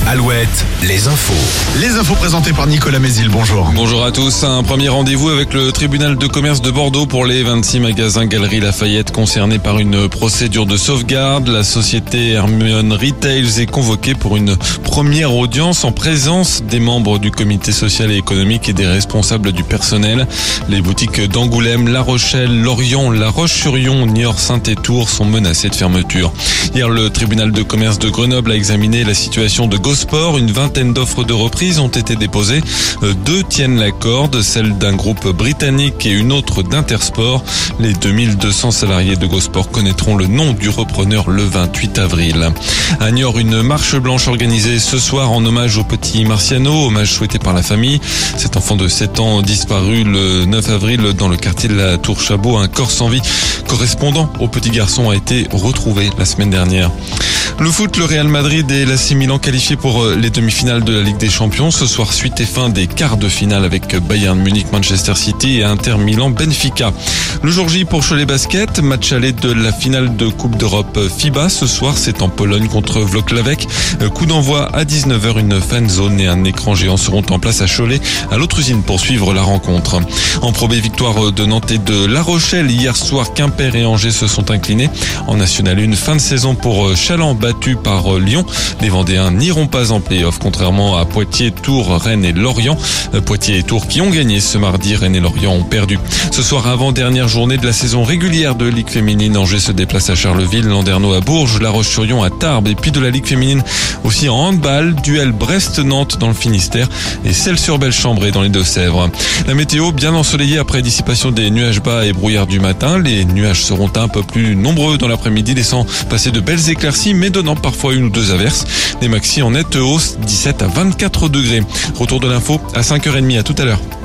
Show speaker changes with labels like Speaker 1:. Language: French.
Speaker 1: Alouette, les infos. Les infos présentées par Nicolas Mézil, bonjour.
Speaker 2: Bonjour à tous. Un premier rendez-vous avec le tribunal de commerce de Bordeaux pour les 26 magasins Galeries Lafayette concernés par une procédure de sauvegarde. La société Hermione Retails est convoquée pour une première audience en présence des membres du comité social et économique et des responsables du personnel. Les boutiques d'Angoulême, La Rochelle, Lorient, La Roche-sur-Yon, Niort, Saint-Étour sont menacées de fermeture. Hier, le tribunal de commerce de Grenoble a examiné la situation de Gosport. Une vingtaine d'offres de reprise ont été déposées. 2 tiennent la corde, celle d'un groupe britannique et une autre d'Intersport. Les 2200 salariés de Gosport connaîtront le nom du repreneur le 28 avril. À Niort, une marche blanche organisée ce soir en hommage au petit Marciano, hommage souhaité par la famille. Cet enfant de 7 ans disparu le 9 avril dans le quartier de la Tour Chabot. Un corps sans vie correspondant au petit garçon a été retrouvé la semaine dernière. Le foot, le Real Madrid et l'AC Milan qualifiés pour les demi-finales de la Ligue des Champions. Ce soir, suite et fin des quarts de finale avec Bayern Munich, Manchester City et Inter Milan, Benfica. Le jour J pour Cholet Basket, match aller de la finale de Coupe d'Europe FIBA. Ce soir, c'est en Pologne contre Włocławek. Coup d'envoi à 19h, une fan zone et un écran géant seront en place à Cholet, à l'autre usine pour suivre la rencontre. En Pro B, victoire de Nantes et de La Rochelle. Hier soir, Quimper et Angers se sont inclinés. En National 1, fin de saison pour Chaland, battu par Lyon. Les Vendéens n'iront pas en play-off, contrairement à Poitiers, Tours, Rennes et Lorient. Poitiers et Tours qui ont gagné ce mardi, Rennes et Lorient ont perdu. Ce soir, avant-dernière journée de la saison régulière de Ligue féminine, Angers se déplace à Charleville, Landerneau à Bourges, La Roche-sur-Yon à Tarbes et puis de la Ligue féminine aussi en handball, duel Brest-Nantes dans le Finistère et Celles-sur-Belchambray dans les Deux-Sèvres. La météo bien ensoleillée après dissipation des nuages bas et brouillard du matin. Les nuages seront un peu plus nombreux dans l'après-midi, laissant passer de belles éclaircies mais donnant parfois une ou deux averses. Les maxi en nette hausse, 17 à 24 degrés. Retour de l'info à 5h30, à tout à l'heure.